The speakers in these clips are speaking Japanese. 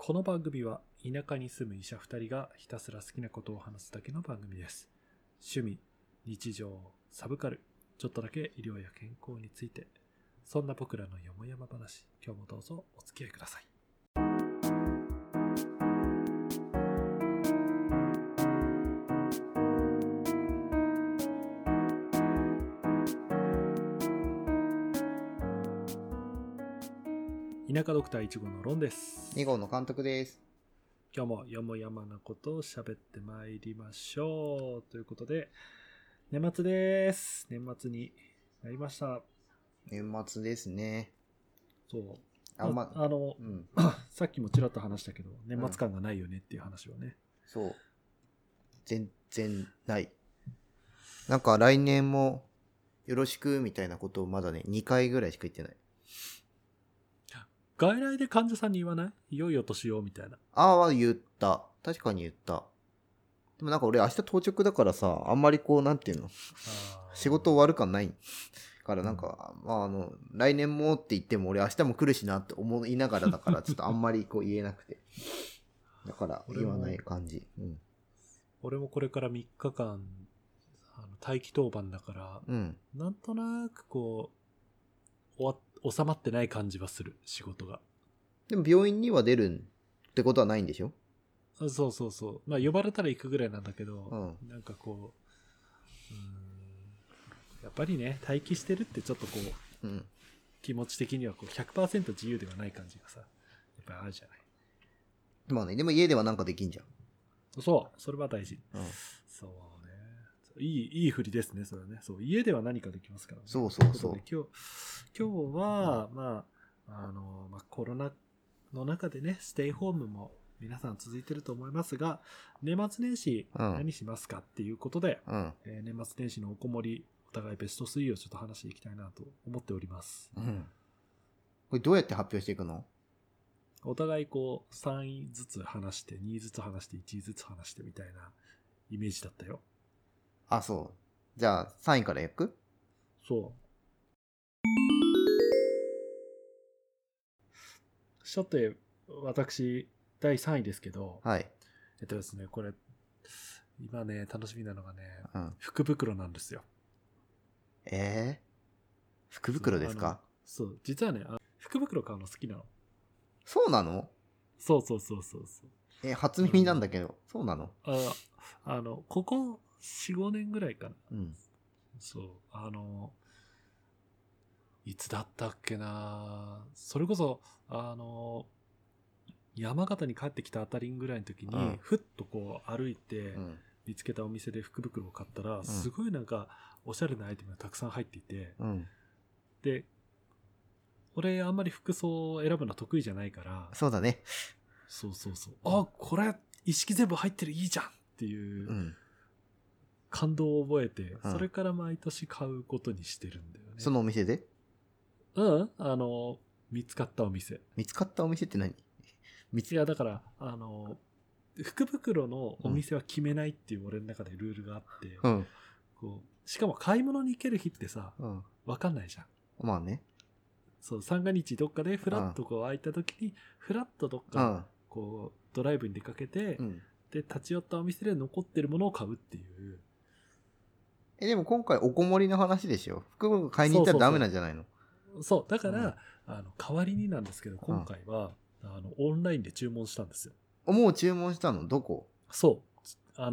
この番組は田舎に住む医者2人がひたすら好きなことを話すだけの番組です。趣味、日常、サブカル、ちょっとだけ医療や健康について、そんな僕らのよもやま話、今日もどうぞお付き合いください。田舎ドクター1号のロンです。 2号の監督です。 今日もよもやまなことを喋ってまいりましょうということで、年末です。年末になりました。 年末ですね。 そう。 うんさっきもちらっと話したけど、年末感がないよねっていう話をね。 そう。全然ない。なんか来年もよろしくみたいなことをまだね、2回ぐらいしか言ってない。 外来で患者さんに言わない？いよいよ年よみたいな。 ああ、言った。確かに言った。でもなんか俺明日当直だからさ、あんまりこう、なんていうの、仕事終わる感ないからなんか、来年もって言っても俺明日も来るしなって思いながらだから、ちょっとあんまりこう言えなくて。だから言わない感じ。 俺もこれから3日間、待機当番だから、なんとなくこう、収まってない感じはする、仕事が。 でも病院には出るってことはないんでしょ？ そうそうそう。まあ呼ばれたら行くぐらいなんだけど、なんかこう、やっぱりね、待機してるってちょっとこう、気持ち的にはこう 100% 自由ではない感じがさ、やっぱりあるじゃない。 まあね、でも家ではなんかできんじゃん。 そう、それは大事。そうね。いい振りですね、それはね。そう、家では何かできますからね。 そうそうそう。 今日は、コロナの中でね、ステイホームも皆さん続いてると思いますが、年末年始何しますかっていうことで、年末年始のおこもり、お互いベスト3をちょっと話していきたいなと思っております。 これどうやって発表していくの？ お互いこう3位ずつ話して、2位ずつ話して、1位ずつ話してみたいなイメージだったよ。 あ、そう。じゃあ3位からいく？ そう。さて、私、第3位ですけど、 はい。 ですね、これ、今ね、楽しみなのがね、福袋なんですよ。 福袋ですか？ そう、実はね、福袋買うの好きなの。 そうなの？ そう。 初耳なんだけど、そうなの？ ここ4、5年ぐらいかな。そう、いつだったっけな、それこそ、山形に帰ってきたあたりぐらいの時に、ふっとこう歩いて、見つけたお店で福袋を買ったら、すごいなんか、おしゃれなアイテムがたくさん入っていて、で、俺あんまり服装を選ぶの得意じゃないから、 そうだね。 そう。あ、これ、一式全部入ってる、いいじゃんっていう、感動を覚えて、それから毎年買うことにしてるんだよね。 そのお店で？ 見つかったお店。 見つかったお店って何？ いや、だから、福袋のお店は決めないっていう俺の中でルールがあって、こうしかも買い物に行ける日ってさ、わかんないじゃん。 まあね。 そう、三が日どっかでフラッとこう空いた時に、フラッとどっか、こう、ドライブに出かけて、で、立ち寄ったお店で残ってるものを買うっていう。 でも今回おこもりの話でしょ？福袋買いに行ったらダメなんじゃないの？ そう、だから、代わりになんですけど、今回は、オンラインで注文したんですよ。 もう注文したの？どこ？ そう。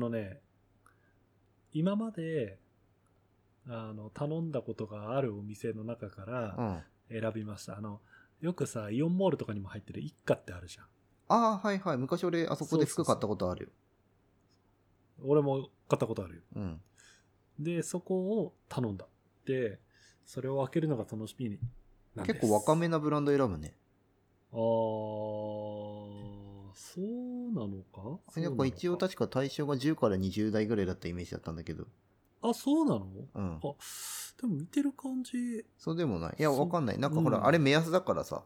今まで、頼んだことがあるお店の中から選びました。よくさ、イオンモールとかにも入ってる一家ってあるじゃん。 ああ、はいはい。昔俺、あそこで服買ったことあるよ。 俺も買ったことあるよ。で、そこを頼んだ。で、それを開けるのが楽しみになんです。 結構若めなブランド選ぶね。 そうなのか？ やっぱ一応確か対象が10から20代ぐらいだったイメージだったんだけど。 あ、そうなの？でも見てる感じ。 そうでもない。いや、わかんない。なんかほら、あれ目安だからさ。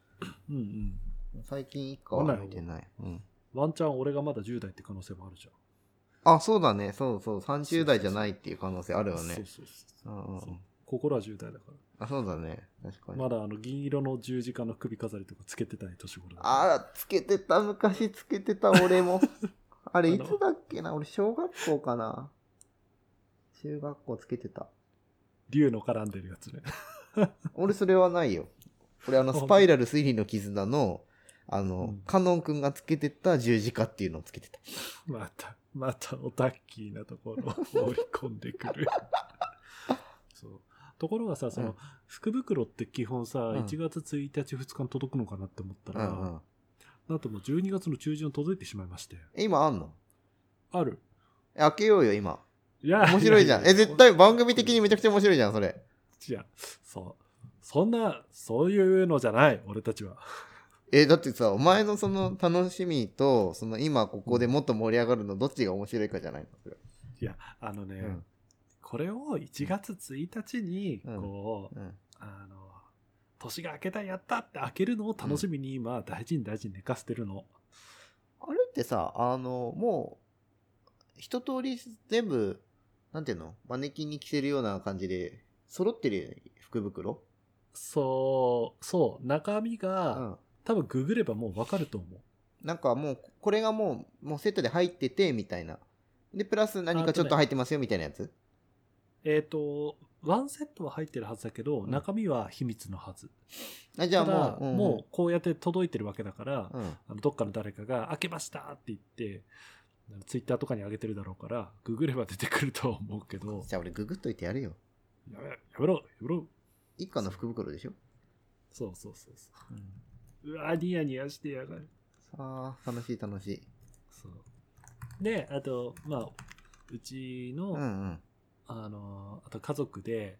最近以下は見てない。 ワンチャン俺がまだ10代って可能性もあるじゃん。 あ、そうだね。そう。30代じゃないっていう可能性あるよね。 そう。 心は10代だから。 あ、そうだね。確かに。 まだ銀色の十字架の首飾りとかつけてたい年頃だ。 あー、つけてた。昔つけてた、俺も。あれ、いつだっけな。俺、小学校かな。中学校つけてた。 竜の絡んでるやつね。 俺、それはないよ。俺、スパイラル推理の絆の、カノン君がつけてた十字架っていうのをつけてた。 またオタッキーなところを盛り込んでくる。そう。ところがさ、福袋って基本さ、1月1日2日に届くのかなって思ったら、なんともう12月の中旬届いてしまいまして。 今あんの？ ある。 開けようよ、今。 いや、 面白いじゃん。絶対番組的にめちゃくちゃ面白いじゃん、それ。 いや、そういうのじゃない、俺たちは。 だってさ、お前のその楽しみと、今ここでもっと盛り上がるの、どっちが面白いかじゃないの？ いや、これを1月1日に、年が明けたやったって開けるのを楽しみに今、大事に寝かせてるの。 あれってさ、もう、一通り全部、なんていうの？マネキンに着せるような感じで、揃ってる福袋？ そう、中身が、多分ググればもう分かると思う。 なんかもう、これがもうセットで入ってて、みたいな。で、プラス何かちょっと入ってますよ、みたいなやつ？ ワンセットは入ってるはずだけど、中身は秘密のはず。 じゃあもうこうやって届いてるわけだから、どっかの誰かが開けましたって言って、ツイッターとかに上げてるだろうから、ググれば出てくると思うけど。 じゃあ俺ググっといてやるよ。 やめろ。 一家の福袋でしょ？ そう。うわ、ニヤニヤしてやがる。 さあ、楽しい。 そう。で、あと、うちの、あと家族で、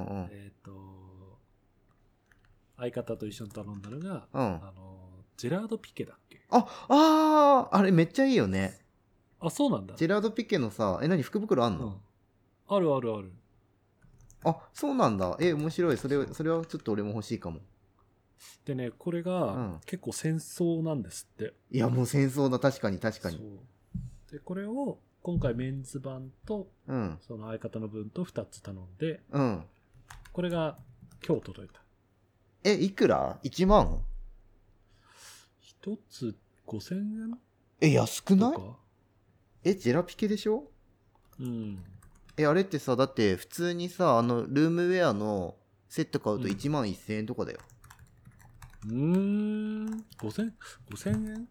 相方と一緒に頼んだのが、ジェラード・ピケだっけ？ あれめっちゃいいよね。 あ、そうなんだ。 ジェラード・ピケのさ、何福袋あんの？ ある。 あ、そうなんだ。面白い。それはちょっと俺も欲しいかも。 でね、これが結構戦争なんですって。 いや、もう戦争だ。確かに。 そうで、これを今回メンズ版と、その相方の分と2つ頼んで、これが今日届いた。 いくら？ 1 万？ 1つ5000 円？安くない？ジェラピケでしょ？あれってさ、だって普通にさ、ルームウェアのセット買うと1万1000円とかだよ。 5000円？ 5000円？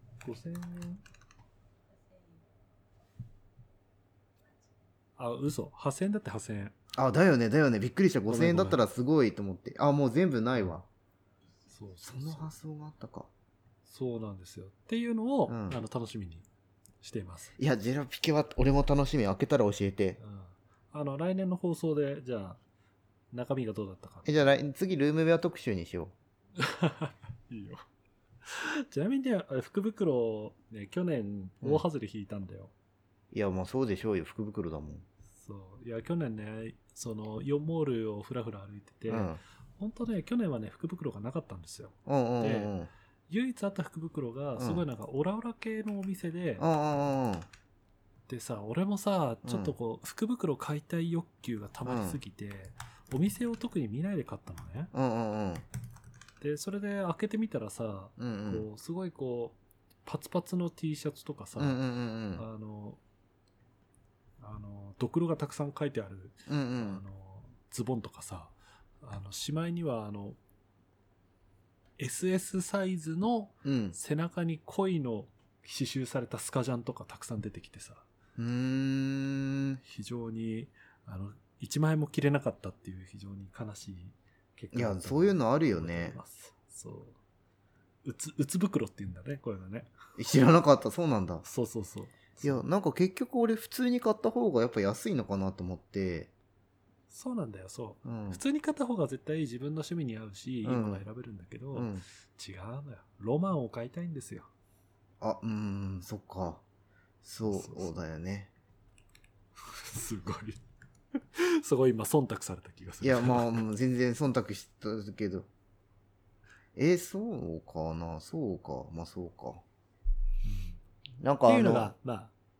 あ、嘘。8000円だって8000円。 あ、だよね。びっくりした。5000円だったらすごいと思って。あ、もう全部ないわ。その発想があったか。 そうなんですよ。っていうのを、楽しみにしています。 いや、ジェラピケは俺も楽しみ。開けたら教えて。 来年の放送で、じゃあ、中身がどうだったか。 じゃあ次ルームウェア特集にしよう。いいよ。ちなみにね、福袋、ね、去年大外れ引いたんだよ。 いや、まあそうでしょうよ。福袋だもん。 そう。いや、去年ね、イオンモールをふらふら歩いてて、本当ね、去年はね、福袋がなかったんですよ。で、唯一あった福袋が、すごいなんかオラオラ系のお店で、でさ、俺もさ、ちょっとこう、福袋買いたい欲求がたまりすぎて、お店を特に見ないで買ったのね。で、それで開けてみたらさ、こうすごいこう、パツパツの T シャツとかさ、ドクロがたくさん書いてある、ズボンとかさ、しまいにはSS サイズの背中に恋の刺繍されたスカジャンとかたくさん出てきてさ、非常に1枚も着れなかったっていう非常に悲しい結果。 いや、そういうのあるよね。 そううつ袋って言うんだね、これがね。 知らなかった。そうなんだ。 そう。 いや、なんか結局俺普通に買った方がやっぱ安いのかなと思って。 そうなんだよ、そう。普通に買った方が絶対自分の趣味に合うし、いいもの選べるんだけど、違うのよ。ロマンを買いたいんですよ。 あ、そっか。そうだよね。 すごい。すごい今忖度された気がする。 いや、まあ、全然忖度したけど。そうかな。そうか。まあそうか。なんかっていうのが、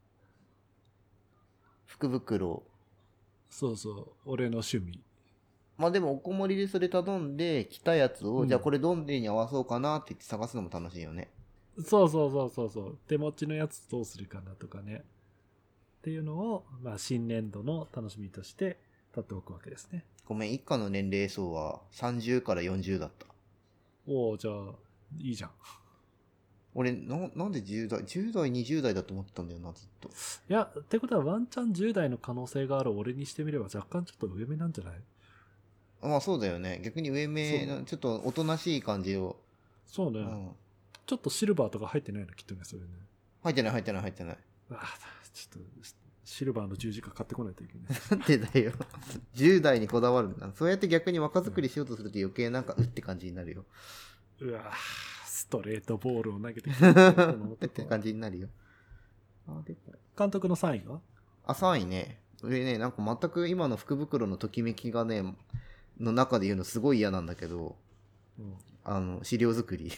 福袋。 そう、俺の趣味。 まあでもおこもりでそれ頼んで来たやつを、 うんじゃあこれどんでに合わそうかなって言って探すのも楽しいよね。 そうそうそうそうそう。手持ちのやつどうするかなとかね。っていうのを、まあ、新年度の楽しみとして取っておくわけですね。 ごめん、一家の年齢層は30から40だった。 おお、じゃあ、いいじゃん。 俺、なんで10代、10代、20代だと思ってたんだよな、ずっと。 いや、ってことはワンチャン10代の可能性がある俺にしてみれば若干ちょっと上目なんじゃない？ まあそうだよね。逆に上目の、ちょっとおとなしい感じを。 そうね、 うん。 ちょっとシルバーとか入ってないのきっとね、それね。 入ってない、入ってない、入ってない。 ああ、ちょっと、シルバーの十字架買ってこないといけない。 なんでだよ。10代にこだわるんだ。そうやって逆に若作りしようとすると余計なんか、って感じになるよ。 うわストレートボールを投げてきって感じになるよ。 監督の3位は？ あ、3位ね。俺ね、なんか全く今の福袋のときめきがね、の中で言うのすごい嫌なんだけど、資料作り。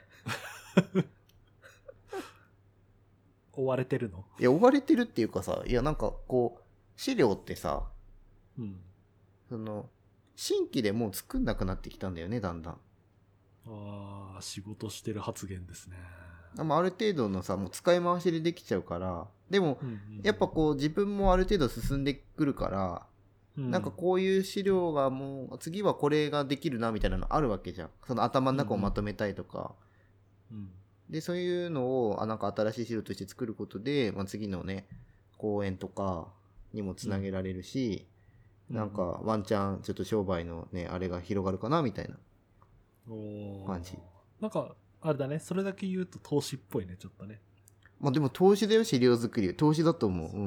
追われてるの？ いや、追われてるっていうかさ、いや、なんかこう、資料ってさ、 うん。 新規でもう作んなくなってきたんだよね、だんだん。 ああ、仕事してる発言ですね。 ある程度のさ、もう使い回しでできちゃうから、でも、やっぱこう、自分もある程度進んでくるから、なんかこういう資料がもう、次はこれができるな、みたいなのあるわけじゃん。その頭の中をまとめたいとか。で、そういうのを、なんか新しい資料として作ることで、まあ、次のね、講演とかにもつなげられるし、なんかワンチャンちょっと商売のね、あれが広がるかな、みたいな感じ。 なんか、あれだね、それだけ言うと投資っぽいね、ちょっとね。 まあでも投資だよ、資料作り。投資だと思う。うん。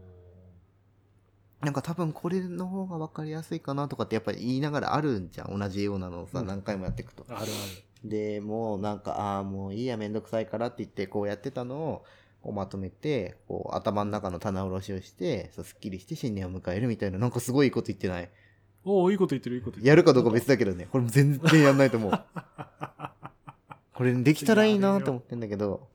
なんか多分これの方が分かりやすいかなとかってやっぱり言いながらあるんじゃん。同じようなのをさ、何回もやっていくと。 あるある。 で、もうなんか、もういいや、めんどくさいからって言って、こうやってたのを、こうまとめて、こう頭の中の棚卸しをして、そう、すっきりして新年を迎えるみたいな、なんかすごいこと言ってない？ おお、いいこと言ってる、いいこと言ってる。 やるかどうか別だけどね。これも全然やんないと思う。これできたらいいなと思ってんだけど。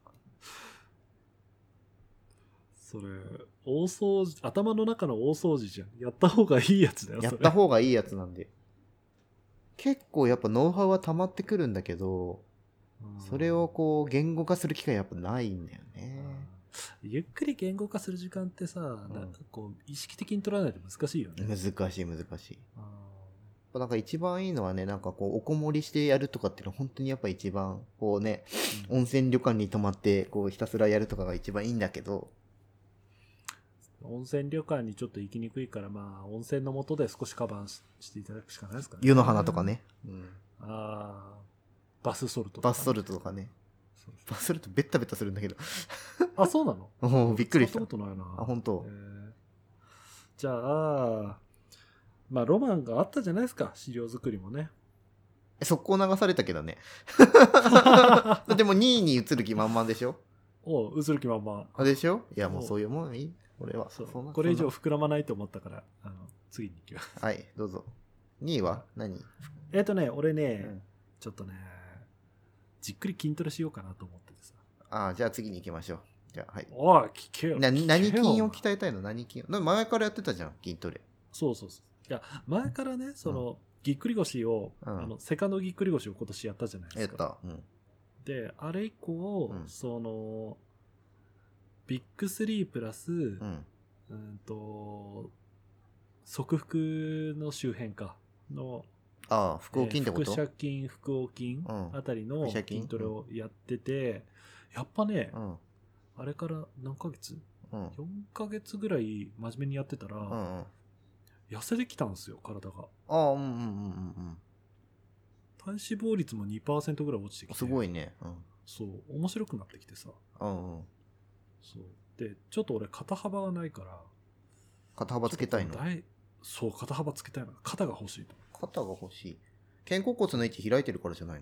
それ、大掃除、頭の中の大掃除じゃん。やった方がいいやつだよ、 やった方がいいやつなんで。結構やっぱノウハウは溜まってくるんだけど、それをこう言語化する機会やっぱないんだよね。 ゆっくり言語化する時間ってさ、なんかこう意識的に取らないと難しいよね。 難しい。なんか一番いいのはね、なんかこうおこもりしてやるとかっていうのは本当にやっぱ一番こうね、温泉旅館に泊まってこうひたすらやるとかが一番いいんだけど、 温泉旅館にちょっと行きにくいから、まあ温泉の下で少しカバーしていただくしかないですかね。 湯の花とかね。 バスソルトとか、ね。バスソルトとかね。バスソルトベッタベタするんだけど。 あ、そうなの？ もうびっくりした。 使ったことないな。 あ、本当。 じゃあ、まあロマンがあったじゃないですか、資料作りもね。 速攻流されたけどね。でも2位に移る気満々でしょ？ 移る気満々。 あ、でしょ？いや、もうそういうもんいい。俺は。 これ以上膨らまないと思ったから、次に行きます。 はい、どうぞ。2位は何？ 俺ね、ちょっとね、じっくり筋トレしようかなと思っててさ。 じゃあ次に行きましょう。じゃあ、はい。 聞けよ。 何筋を鍛えたいの？何筋？前からやってたじゃん、筋トレ。 そう。いや、前からね、ぎっくり腰を、セカンドぎっくり腰を今年やったじゃないですか。 やった。 で、あれ以降、ビッグ3プラス、側腹の周辺の、 腹横筋ってこと？ 腹斜筋、腹横筋あたりの筋トレをやってて、やっぱね、あれから何ヶ月？ 4 ヶ月ぐらい真面目にやってたら、痩せてきたんですよ、体が。体脂肪率も 2% ぐらい落ちてきて。 すごいね。 そう、面白くなってきてさ。そう。で、ちょっと俺肩幅がないから。 肩幅つけたいの？ そう、肩幅つけたいの。肩が欲しいと。 肩が欲しい。肩甲骨の位置開いてるからじゃない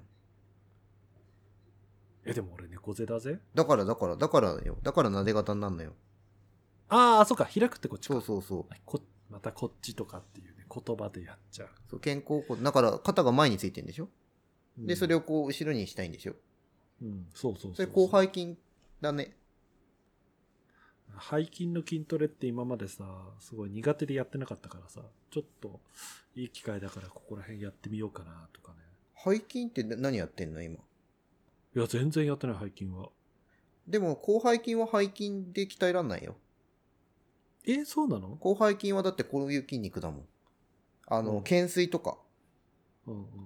の？ でも俺猫背だぜ。 だからよ。だからなで型になんのよ。 そうか。開くってこっちか。 そう。 またこっちとかっていうね、言葉でやっちゃう。 そう、肩甲骨。だから肩が前についてんでしょ？で、それをこう後ろにしたいんでしょ？ そう。 それ広背筋だね。 背筋の筋トレって今までさ、すごい苦手でやってなかったからさ、ちょっといい機会だからここら辺やってみようかなとかね。 背筋って何やってんの今？ いや、全然やってない背筋は。 でも、広背筋は背筋で鍛えらんないよ。 そうなの？ 広背筋はだってこういう筋肉だもん。懸垂とか。 うんうんうん。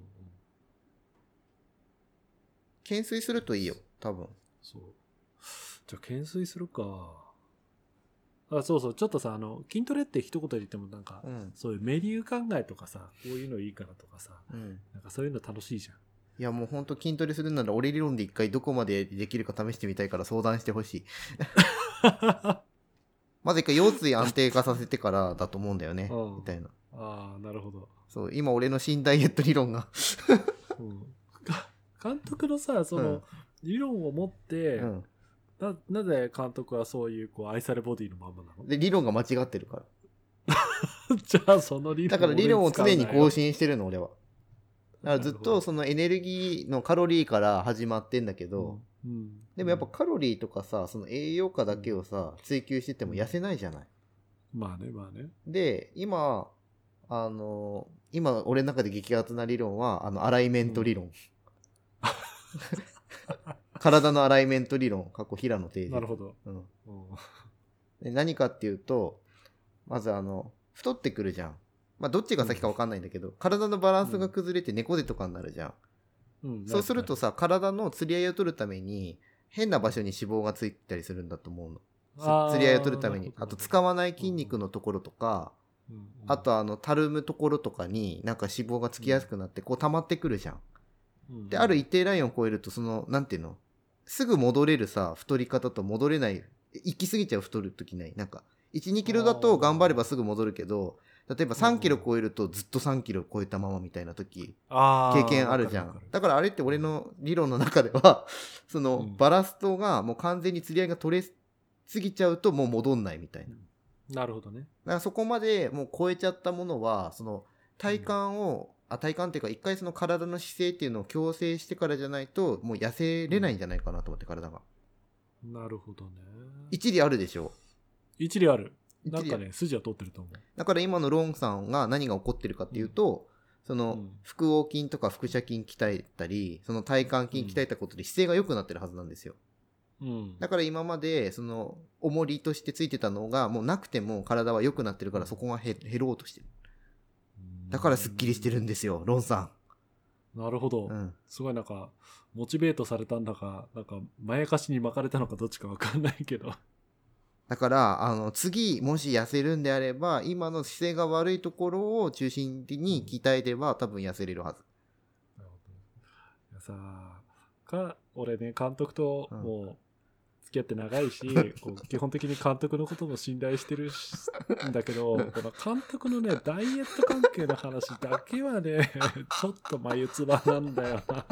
懸垂するといいよ、多分。 そう。じゃあ、懸垂するか。あ、そうそう。ちょっとさ、筋トレって一言で言ってもなんか、そういうメニュー考えとかさ、こういうのいいかなとかさ、なんかそういうの楽しいじゃん。 いやもうほんと筋トレするなら俺理論で一回どこまでできるか試してみたいから相談してほしい。まず一回腰椎安定化させてからだと思うんだよね。みたいな。 ああ、なるほど。 そう、今俺の新ダイエット理論が、 監督のさ、その、理論を持って、なぜ監督はそういう、愛されボディのままなの？ で、理論が間違ってるから。 じゃあ、その理論だから理論を常に更新してるの、俺は。だからずっとそのエネルギーのカロリーから始まってんだけど、でもやっぱカロリーとかさ、その栄養価だけをさ、追求してても痩せないじゃない。 まあね、まあね。 で、今、俺の中で激アツな理論は、アライメント理論。体のアライメント理論、平野定治。 なるほど。 で何かっていうと、まず太ってくるじゃん。まあどっちが先か分かんないんだけど、体のバランスが崩れて猫背とかになるじゃん。そうするとさ、体の釣り合いを取るために変な場所に脂肪がついたりするんだと思うの。釣り合いを取るために。あと使わない筋肉のところとか、あとたるむところとかになんか脂肪がつきやすくなってこう溜まってくるじゃん。で、ある一定ラインを超えるとなんていうの、すぐ戻れるさ、太り方と戻れない、行き過ぎちゃう太るときない。なんか、1、2キロだと頑張ればすぐ戻るけど、例えば3キロ超えるとずっと3キロ超えたままみたいな時、経験あるじゃん。だからあれって俺の理論の中では、バラストがもう完全に釣り合いが取れすぎちゃうともう戻んないみたいな。 なるほどね。 だからそこまでもう超えちゃったものは、体幹っていうか一回体の姿勢っていうのを矯正してからじゃないともう痩せれないんじゃないかなと思って、体が。 なるほどね。 一理あるでしょ。 一理ある。なんかね、筋は通ってると思う。 だから今のロンさんが何が起こってるかっていうと、腹横筋とか腹斜筋鍛えたり、体幹筋鍛えたことで姿勢が良くなってるはずなんですよ。だから今まで重りとしてついてたのがもうなくても体は良くなってるから、そこが減ろうとしてる。だからスッキリしてるんですよ、ロンさん。なるほど。すごいなんかモチベートされたんだか、なんかまやかしに巻かれたのかどっちかわかんないけど。 だから次もし痩せるんであれば、今の姿勢が悪いところを中心に鍛えれば多分痩せれるはず。 なるほど。いやさ、俺ね、監督ともう付き合って長いし、基本的に監督のことも信頼してるんだけど、この監督のね、ダイエット関係の話だけはね、ちょっと眉唾なんだよな。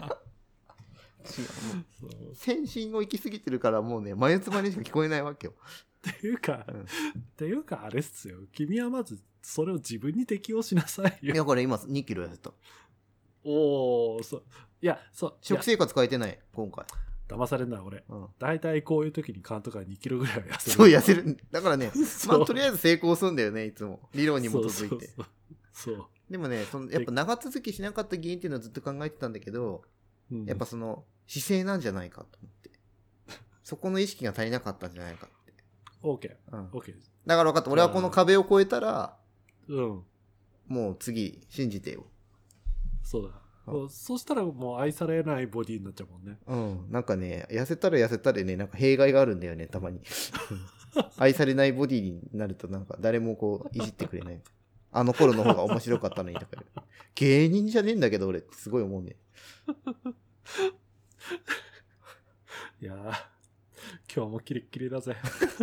先進を行き過ぎてるからもうね、眉唾にしか聞こえないわけよ。 っていうかあれっすよ。君はまずそれを自分に適応しなさいよ。 いや、これ今2キロ痩せた。 おー、そう。いや、そう。 食生活変えてない、今回。 騙されんな、俺。大体こういう時に監督が2キロぐらいは痩せる。 そう、痩せる。だからね、まあとりあえず成功するんだよね、いつも。理論に基づいて。 そう。 でもね、やっぱ長続きしなかった原因っていうのはずっと考えてたんだけど、やっぱ姿勢なんじゃないかと思って。そこの意識が足りなかったんじゃないかって。 OK。 だから分かった。俺はこの壁を越えたら、もう次、信じてよ。 そうだ。そしたらもう愛されないボディになっちゃうもんね。 なんかね、痩せたらね、なんか弊害があるんだよね、たまに。愛されないボディになるとなんか誰もいじってくれない。あの頃の方が面白かったのに、だから。芸人じゃねえんだけど俺ってすごい思うね。 いや今日もキレッキレだぜ。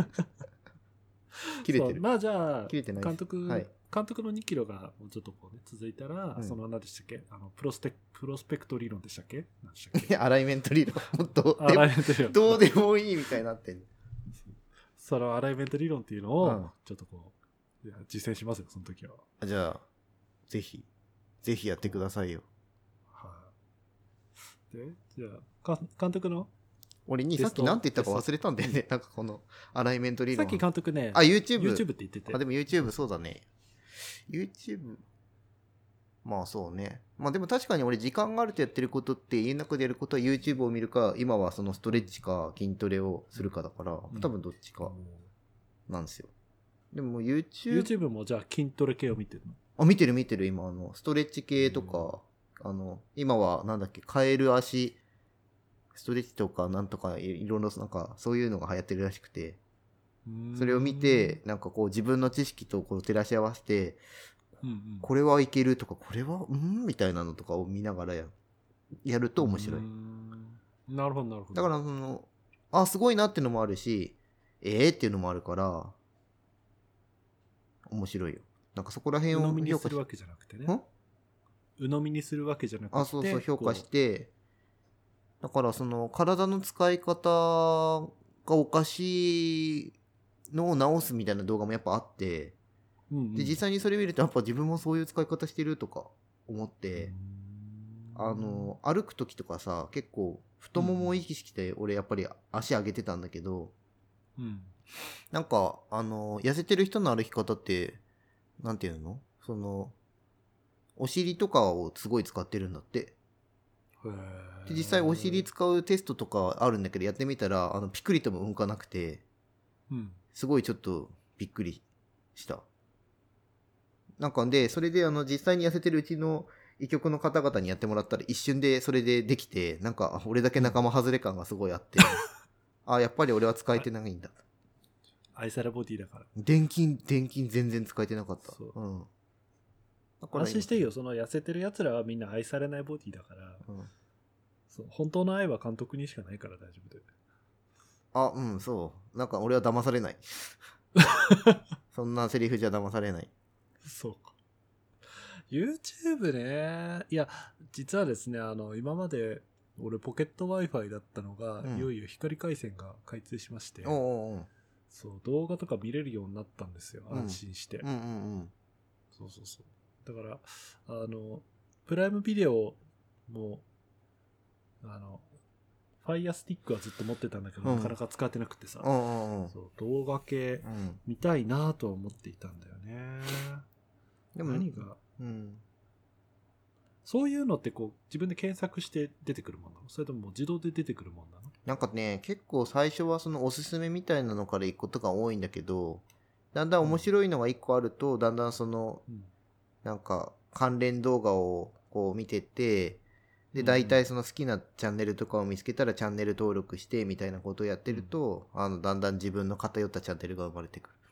切れてる。 まあじゃあ、 切れてない監督の2キロがもうちょっと続いたら、何でしたっけ、プロスペクト理論でしたっけ、何でしたっけアライメント理論。もっとどうでもいいみたいになってる。 そのアライメント理論っていうのを、ちょっと実践しますよ、その時は。 じゃあ、ぜひやってくださいよ。 で、じゃあ、監督の俺にさっきなんて言ったか忘れたんだよね。なんかこのアライメント理論。 さっき監督ね、 YouTube。 YouTube って言ってて。 あ、でも YouTube そうだね。YouTube。まあそうね。まあでも確かに俺時間があるとやってることって家の中でやることは YouTube を見るか、今はそのストレッチか筋トレをするかだから、多分どっちかなんですよ。でも YouTube もじゃあ筋トレ系を見てるの？ あ、見てる今ストレッチ系とか、今はなんだっけ、カエル足、ストレッチとかなんとかいろいろなんかそういうのが流行ってるらしくて、それを見て、なんかこう自分の知識とこう照らし合わせて、これはいけるとか、これはみたいなのとかを見ながらやると面白い。 なるほどなるほど。 だからすごいなっていうのもあるし、っていうのもあるから、面白いよ。なんかそこら辺を鵜呑みにするわけじゃなくてね。鵜呑みにするわけじゃなくて。 そうそう、評価して、だからその体の使い方がおかしいのを直すみたいな動画もやっぱあって、で実際にそれ見るとやっぱ自分もそういう使い方してるとか思って、歩く時とかさ、結構太ももを意識して俺やっぱり足上げてたんだけど、なんか痩せてる人の歩き方ってなんていうの、そのお尻とかをすごい使ってるんだって。で実際お尻使うテストとかあるんだけどやってみたらピクリとも動かなくて、すごいちょっとびっくりした。なんかでそれで実際に痩せてるうちの医局の方々にやってもらったら一瞬でそれでできて、なんか俺だけ仲間外れ感がすごいあってやっぱり俺は使えてないんだ。 愛されボディだから。 電筋全然使えてなかった。 安心していいよ。その痩せてる奴らはみんな愛されないボディだから、そう本当の愛は監督にしかないから大丈夫だよ。 そう。なんか俺は騙されない。そんなセリフじゃ騙されない。 そうか。YouTube ね。いや、実はですね、今まで俺ポケット Wi-Fi だったのが、いよいよ光回線が開通しまして、そう、動画とか見れるようになったんですよ。安心して。そう。だから、プライムビデオも、ファイヤースティックはずっと持ってたんだけど、なかなか使ってなくてさ、そう動画系見たいなとは思っていたんだよね。でも何が、そういうのってこう自分で検索して出てくるもんなの？それとも自動で出てくるもんなの？ なんかね、結構最初はそのおすすめみたいなのから行くことが多いんだけど、だんだん面白いのが一個あると、だんだんその、なんか関連動画をこう見てて、で大体その好きなチャンネルとかを見つけたらチャンネル登録してみたいなことをやってると、だんだん自分の偏ったチャンネルが生まれてくる。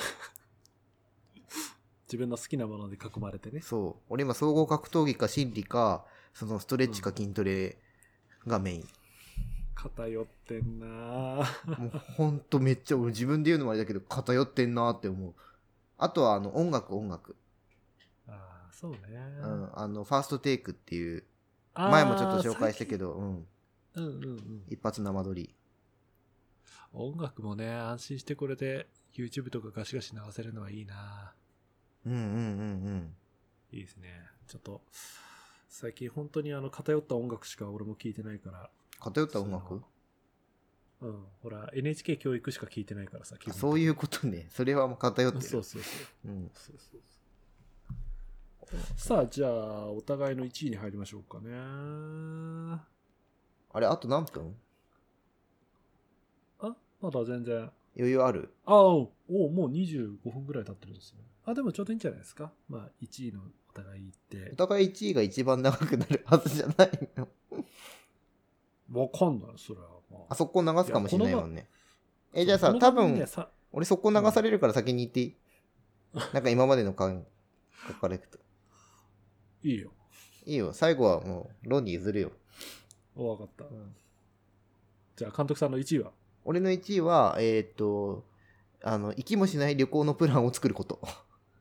自分の好きなもので囲まれてね。 そう。俺今総合格闘技か心理か、そのストレッチか筋トレがメイン。 偏ってんなもうほんとめっちゃ俺自分で言うのもあれだけど偏ってんなって思う。あとは音楽。 そうね。 ファーストテイクっていう、前もちょっと紹介したけど、一発生撮り。 音楽もね、安心してこれで YouTube とかガシガシ流せるのはいいな。いいですね。ちょっと最近本当に偏った音楽しか俺も聞いてないから。 偏った音楽？ ほら NHK 教育しか聞いてないからさ。 そういうことね。それはもう偏ってる。 そう。さあじゃあお互いの1位に入りましょうかね。 あれあと何分？ まだ全然余裕ある？ もう25分ぐらい経ってるんですね。でもちょうどいいんじゃないですか。まあ1位のお互い言って。 お互い1位が一番長くなるはずじゃないの？ わかんない、それは。 あそこ流すかもしれないもんね。じゃあさ、多分、俺そこ流されるから先に言っていい？なんか今までの感覚からいくと。 いいよ。 いいよ。最後はもう、ロンに譲るよ。 わかった。じゃあ監督さんの1位は？ 俺の1位は、行きもしない旅行のプランを作ること。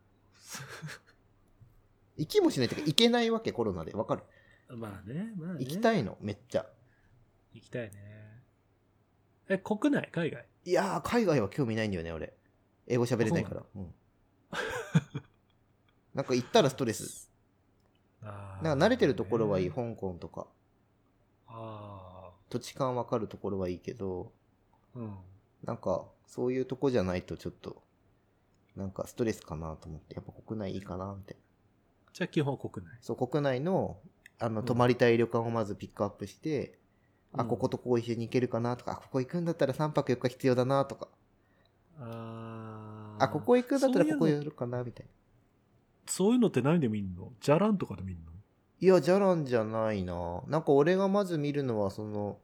行きもしないってか、行けないわけ、コロナで。わかる？ まあね。 行きたいの、めっちゃ。 行きたいね。国内？海外？ いやー、海外は興味ないんだよね、俺。英語喋れないから。なんか行ったらストレス。なんか慣れてるところはいい、香港とか。 土地勘わかるところはいいけど、 うん。 なんかそういうとこじゃないとちょっとなんかストレスかなと思って、やっぱ国内いいかなみたいな。 じゃあ基本国内。 そう、国内のうん泊まりたい旅館をまずピックアップして、 うんこことここ一緒に行けるかなとか、ここ行くんだったら3泊4日必要だなとか、ここ行くんだったらここやるかなみたいな。 そういうのって何で見んの？じゃらんとかで見んの？ いや、じゃらんじゃないな。なんか俺がまず見るのは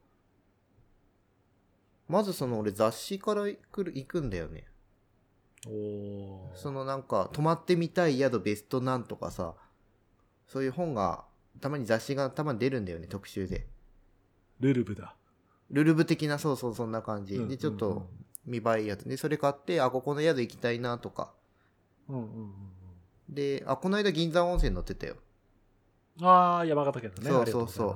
まず俺雑誌から行くんだよね。 おー。 なんか泊まってみたい宿ベストなんとかさ、そういう本がたまに雑誌がたまに出るんだよね、特集で。 ルルブだ。 ルルブ的な、そうそう、そんな感じ。 うんうんうんで、ちょっと見栄えいいやつで、それ買って、ここの宿行きたいなとか。 うんうんうんで、この間銀山温泉乗ってたよ。 うん。ああ、山形県のね。 そうそうそうありがとございます。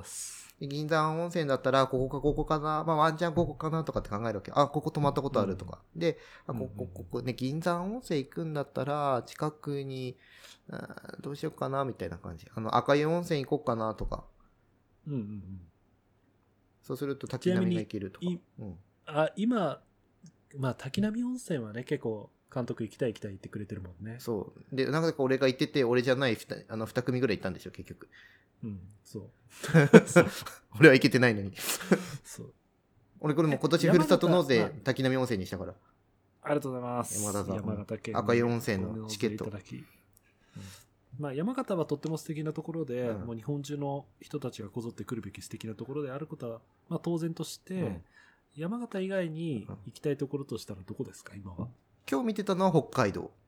で銀山温泉だったら、ここかここかな、まあワンチャンここかなとかって考えるわけ。ここ泊まったことあるとか。で、ここね、銀山温泉行くんだったら、近くに、どうしようかな、みたいな感じ。赤湯温泉行こうかなとか。 うんうんうん。 そうすると滝波が行けるとか。 今、まあ滝波温泉はね、結構監督行きたい言ってくれてるもんね。 そう。で、なんか俺が行ってて、俺じゃない二組ぐらい行ったんでしょ、結局。 そう。 俺は行けてないのに。 そう。 俺これも今年ふるさと納税、滝波温泉にしたから。 ありがとうございます。山形県赤湯温泉のチケット。 まあ山形はとっても素敵なところで、もう日本中の人たちがこぞって来るべき素敵なところであることは、まあ当然として、山形以外に行きたいところとしたらどこですか、今は。 今日見てたのは北海道。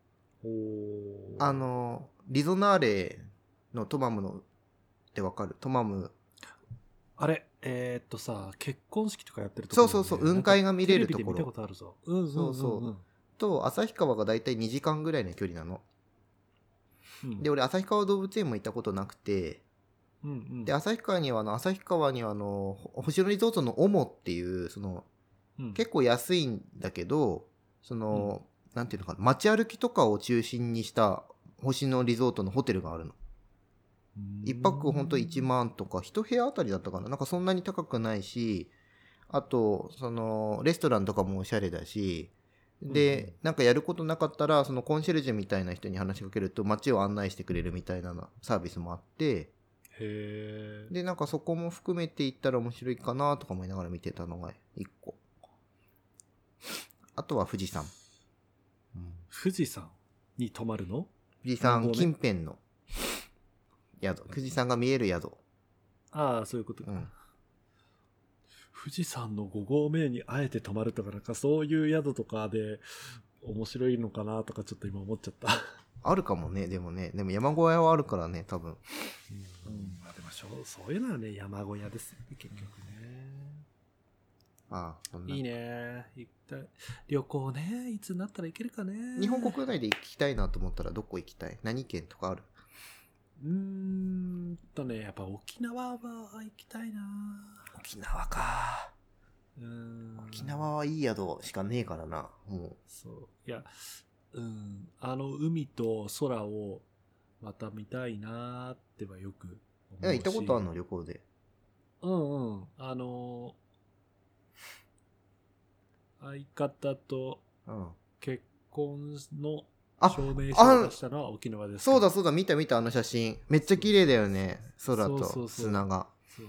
リゾナーレのトマムのってわかる？トマム。 あれ、さ、結婚式とかやってるところ、ね、 そう、雲海が見れるところ。 テレビで見たことあるぞ。 そう。と、旭川がだいたい2時間ぐらいの距離なの。で、俺、旭川動物園も行ったことなくて、で、旭川には星野リゾートのオモっていう、結構安いんだけど、なんていうのかな、街歩きとかを中心にした星野リゾートのホテルがあるの。一泊ほんと1万とか、一部屋あたりだったかな。なんかそんなに高くないし、あと、レストランとかもおしゃれだし、で、なんかやることなかったら、コンシェルジュみたいな人に話しかけると街を案内してくれるみたいなサービスもあって、で、なんかそこも含めて行ったら面白いかなとか思いながら見てたのが1個。あとは富士山。 富士山に泊まるの？ 富士山近辺の宿。富士山が見える宿。 ああ、そういうことか。富士山の5合目にあえて泊まるとか、なんかそういう宿とかで面白いのかなとかちょっと今思っちゃった。 あるかもね、でも山小屋はあるからね、多分。 まあでもそういうのはね、山小屋ですよね、結局ね。 そんな。 いいね。行きたい。旅行ね、いつになったら行けるかね。 日本国内で行きたいなと思ったらどこ行きたい？何県とかある？ やっぱ沖縄は行きたいな。 沖縄か。沖縄はいい宿しかねえからな。もう。 そう。いや、海と空をまた見たいなってはよく思うし。 行ったことあるの？旅行で。 相方と結婚の証明書を出したのは沖縄です。 そうだ、見たあの写真。めっちゃ綺麗だよね。空と砂が。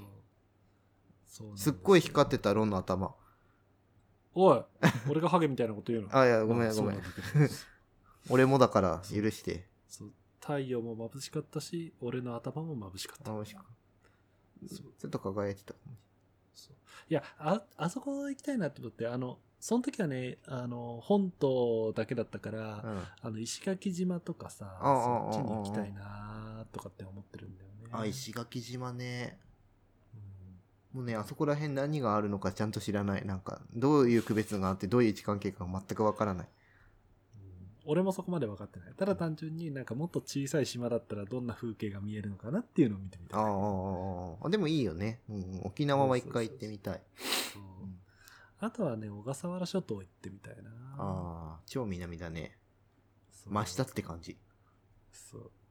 すっごい光ってた、ロンの頭。 おい、俺がハゲみたいなこと言うの？ いや、ごめん。俺もだから許して。 太陽も眩しかったし、俺の頭も眩しかった。 ちょっと輝いてた。 いや、あそこ行きたいなって思って、その時はね、本島だけだったから、石垣島とかさ、そっちに行きたいなとかって思ってるんだよね。 石垣島ね。もうね、あそこら辺何があるのかちゃんと知らない。なんか、どういう区別があって、どういう位置関係か全くわからない。 俺もそこまで分かってない。ただ単純になんかもっと小さい島だったらどんな風景が見えるのかなっていうのを見てみたい。 でもいいよね。沖縄は一回行ってみたい。 あとはね、小笠原諸島行ってみたいな。 超南だね。真下って感じ。 そう。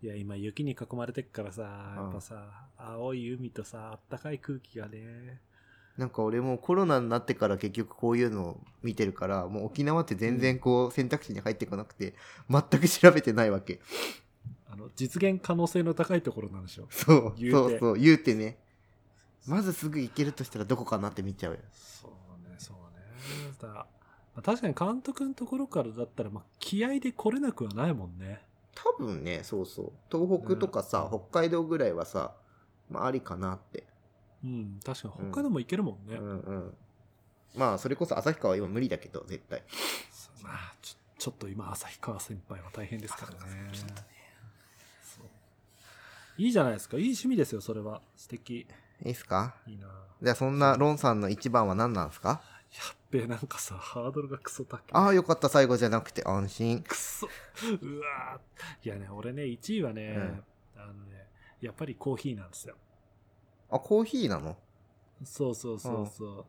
いや、今雪に囲まれてっからさ、やっぱさ、青い海とさ、あったかい空気がね。 なんか俺もコロナになってから結局こういうのを見てるから、もう沖縄って全然こう選択肢に入ってこなくて、全く調べてないわけ。 実現可能性の高いところなんでしょ。 そう言うてそうそう、言うてね。まずすぐ行けるとしたらどこかなって見ちゃうよ。 そうね、そうね。まあ確かに監督のところからだったら、まあ、気合で来れなくはないもんね。 多分ね、そうそう。東北とかさ、北海道ぐらいはさ、まあありかなって。 うん、確かに北海道も行けるもんね。 うんうん。まあそれこそ旭川は今無理だけど、絶対。 まあ、ちょっと今、旭川先輩は大変ですからね。そういいじゃないですか。いい趣味ですよ、それは。素敵。 いいっすか？ いいな。 じゃあそんなロンさんの一番は何なんですか？ やっべえ、なんかさ、ハードルがクソ高い。 ああ、よかった、最後じゃなくて安心。 クソ。うわーいやね、俺ね、1位はね、やっぱりコーヒーなんですよ。 あ、コーヒーなの？ そうそうそうそう。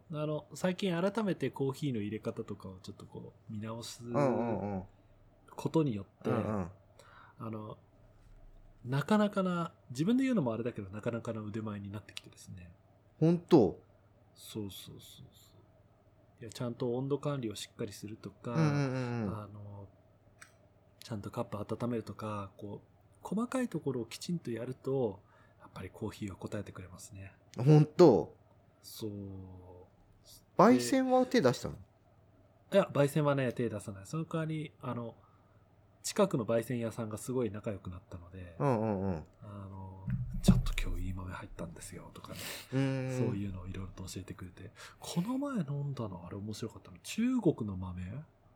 最近改めてコーヒーの入れ方とかをちょっとこう見直すことによって、なかなかな、自分で言うのもあれだけど、なかなかな腕前になってきてですね。 本当？ そうそうそうそう。いや、ちゃんと温度管理をしっかりするとか、ちゃんとカップ温めるとか、こう、細かいところをきちんとやると、やっぱりコーヒーは答えてくれますね。 本当？ そう。 焙煎は手出したの？ いや、焙煎はね、手出さない。その代わり、近くの焙煎屋さんがすごい仲良くなったので、ちょっと今日いい豆入ったんですよとかね、そういうのをいろいろと教えてくれて、この前飲んだのあれ面白かったの。中国の豆？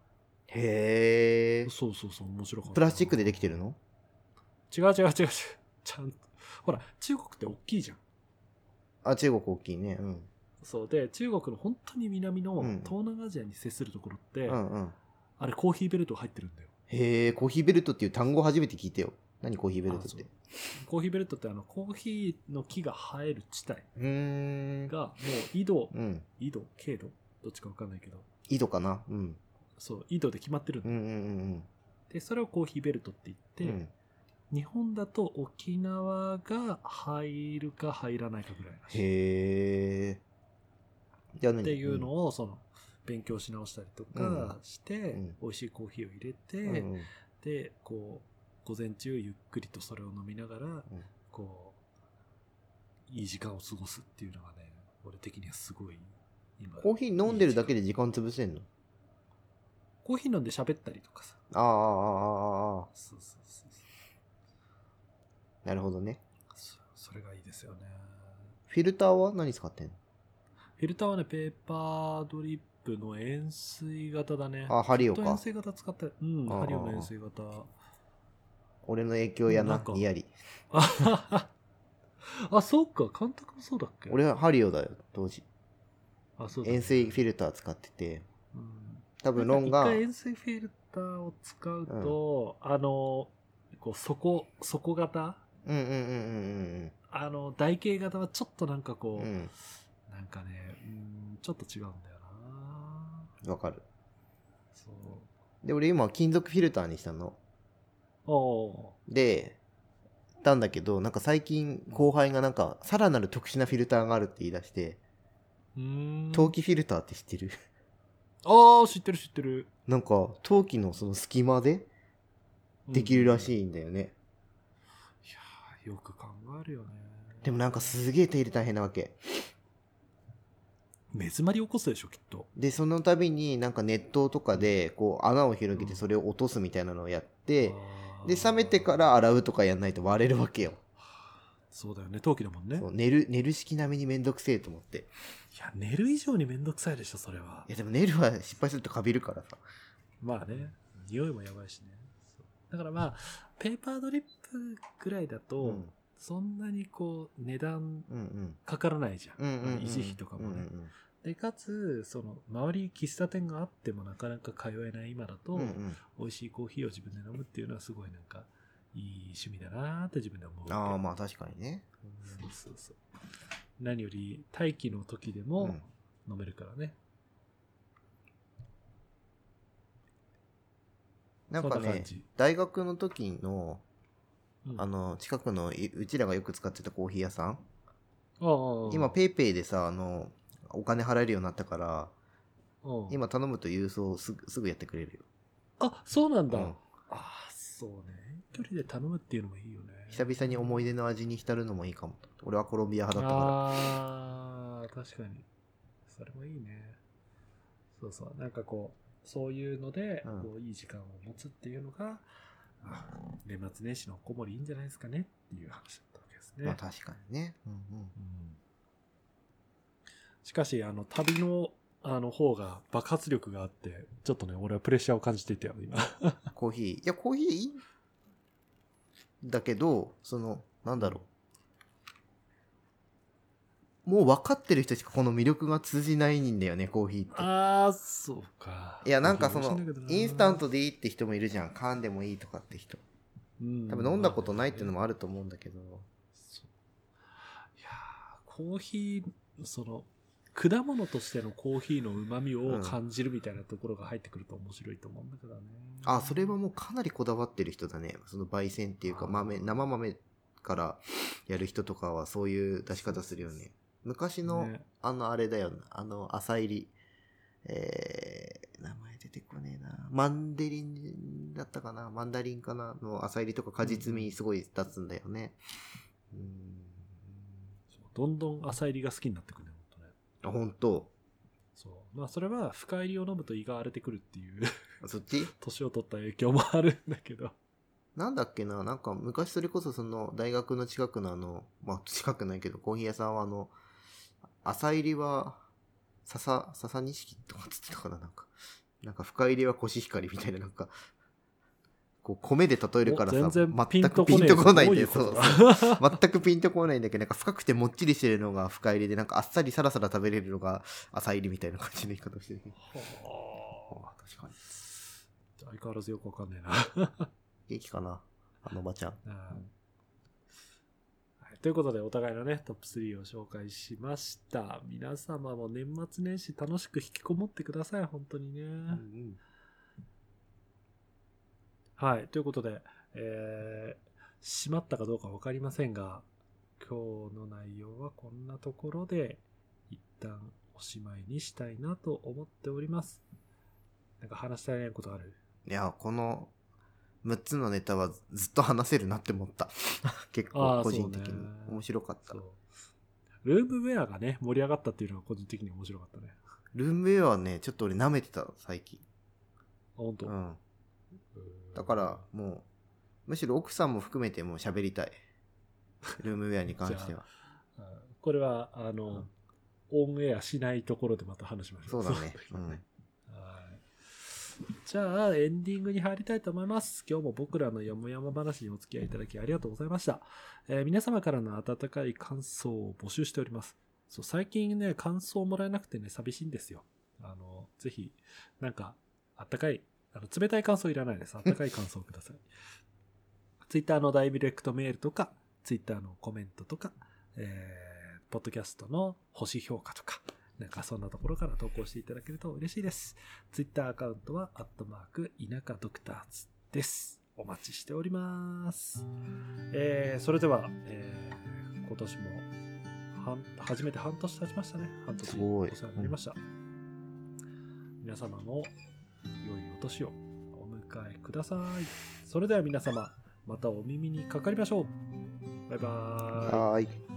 へえ。 そうそうそう、面白かった。 プラスチックでできてるの？ 違う違う違う違う。ちゃんと、ほら、中国って大きいじゃん。 あ、中国大きいね。うん。 そうで、中国の本当に南の東南アジアに接するところって、あれコーヒーベルト入ってるんだよ。 へえ、コーヒーベルトっていう単語初めて聞いてよ。何コーヒーベルトって。 コーヒーベルトってコーヒーの木が生える地帯がもう緯度、経度どっちか分かんないけど。 緯度かな？うん。 そう、緯度で決まってるんだよ。で、それをコーヒーベルトって言って、日本だと沖縄が入るか入らないかぐらいらしい。 へえ。 じゃあ何？っていうのを勉強し直したりとかして、美味しいコーヒーを入れて、でこう午前中ゆっくりとそれを飲みながら、こういい時間を過ごすっていうのがね、俺的にはすごい今。 コーヒー飲んでるだけで時間潰せんの？ コーヒー飲んで喋ったりとかさ。 そうそうそうそう。なるほどね。 それがいいですよね。 フィルターは何使ってんの？ フィルターはね、ペーパードリップの塩水型だね。 あ、ハリオか。 塩水型使って、ハリオの塩水型。 俺の影響やな、にやり。 あ、そうか、監督もそうだっけ？ 俺はハリオだよ、当時。 そうだね。 塩水フィルター使ってて。多分ロンが。 一回塩水フィルターを使うと、こう底型？台形型はちょっとなんかこう、なんかね、ちょっと違うんだよな。わかる。 そう。 で、俺今金属フィルターにしたの。で、たんだけど、なんか最近後輩がなんかさらなる特殊なフィルターがあるって言い出して、陶器フィルターって知ってる？ 知ってる知ってる。 なんか陶器のその隙間でできるらしいんだよね。 いやー、よく考えるよね。 でもなんかすげえ手入れ大変なわけ。 目詰まり起こすでしょ、きっと。 で、その度になんか熱湯とかでこう穴を広げてそれを落とすみたいなのをやって、で、冷めてから洗うとかやんないと割れるわけよ。 そうだよね、陶器だもんね。 そう、寝る式並みにめんどくせえと思って。 いや、寝る以上にめんどくさいでしょ、それは。 いや、でも寝るは失敗するとカビるからさ。 まあね、匂いもやばいしね。だからまあ、ペーパードリップぐらいだと、そんなにこう、値段かからないじゃん。維持費とかもね。で、かつ、周り喫茶店があってもなかなか通えない今だと、美味しいコーヒーを自分で飲むっていうのはすごいなんか、いい趣味だなーって自分で思う。 ああ、まあ確かにね。 そうそう。何より、待機の時でも飲めるからね。 なんかね、大学の時の、 近くのうちらがよく使ってたコーヒー屋さん、 ああ。 今ペイペイでさ、お金払えるようになったから、今頼むと郵送すぐやってくれるよ。 あ、そうなんだ。 うん、 そうね。距離で頼むっていうのもいいよね。 久々に思い出の味に浸るのもいいかも。俺はコロンビア派だったから。 ああ、確かに。それもいいね。そうそう。なんかこう、そういうので、こういい時間を持つっていうのが、年末年始の子守いいんじゃないですかねっていう話だったわけですね。 まあ確かにね。 しかし、旅の、方が爆発力があって、ちょっとね、俺はプレッシャーを感じていたよ、今。 コーヒー。いや、コーヒーいいんだけど、なんだろう。もう分かってる人しかこの魅力が通じないんだよね、コーヒーって。 ああ、そうか。 いや、なんかインスタントでいいって人もいるじゃん。缶でもいいとかって人。多分飲んだことないっていうのもあると思うんだけど。いやコーヒー、果物としてのコーヒーの旨味を感じるみたいなところが入ってくると面白いと思うんだけどね。 それはもうかなりこだわってる人だね。焙煎っていうか生豆からやる人とかはそういう出し方するよね。昔の、ね、あれだよな。浅入り。名前出てこねえな。マンダリンだったかな、マンダリンかなの浅入りとか果実味すごい立つんだよね。 どんどん浅入りが好きになってくるね。 本当。 そう。まあそれは深入りを飲むと胃が荒れてくるっていうそっち年を取った影響もあるんだけど。 なんだっけな、なんか昔それこそ大学の近くのまあ近くないけどコーヒー屋さんは浅入りは笹錦とかつってたかな、なんか深入りはコシヒカリみたいな、なんかこう米で例えるからさ、 全然全くピンとこないんで、そう全くピンとこないんだけど、なんか深くてもっちりしてるのが深入りで、なんかあっさりサラサラ食べれるのが浅入りみたいな感じの言い方してる。はあ、確かに。 相変わらずよくわかんねえな。 元気かな、おばちゃん。 ということでお互いのねトップ3を紹介しました。皆様も年末年始楽しく引きこもってください、本当にね。はい、ということで、閉まったかどうか分かりませんが、今日の内容はこんなところで一旦おしまいにしたいなと思っております。なんか話したいことある？ いや、この6つのネタはずっと話せるなって思った結構個人的に面白かった。 ルームウェアがね盛り上がったっていうのが個人的に面白かったね。 ルームウェアはねちょっと俺舐めてた最近。 本当？ だからもうむしろ奥さんも含めてもう喋りたいルームウェアに関しては。 これはオンエアしないところでまた話しましょう。 そうだね。 じゃあエンディングに入りたいと思います。今日も僕らのよもやま話にお付き合いいただきありがとうございました。皆様からの温かい感想を募集しております。最近ね感想をもらえなくてね寂しいんですよ。ぜひなんかあったかい冷たい感想いらないです。あったかい感想をください。Twitter のダイレクトメールとか Twitter のコメントとか、ポッドキャストの星評価とかなんかそんなところから投稿していただけると嬉しいです。Twitter アカウントは@田舎ドクターズです。お待ちしております。それでは、今年も初めて半年経ちましたね。半年お世話になりました。皆様も良いお年をお迎えください。それでは皆様またお耳にかかりましょう。バイバーイ。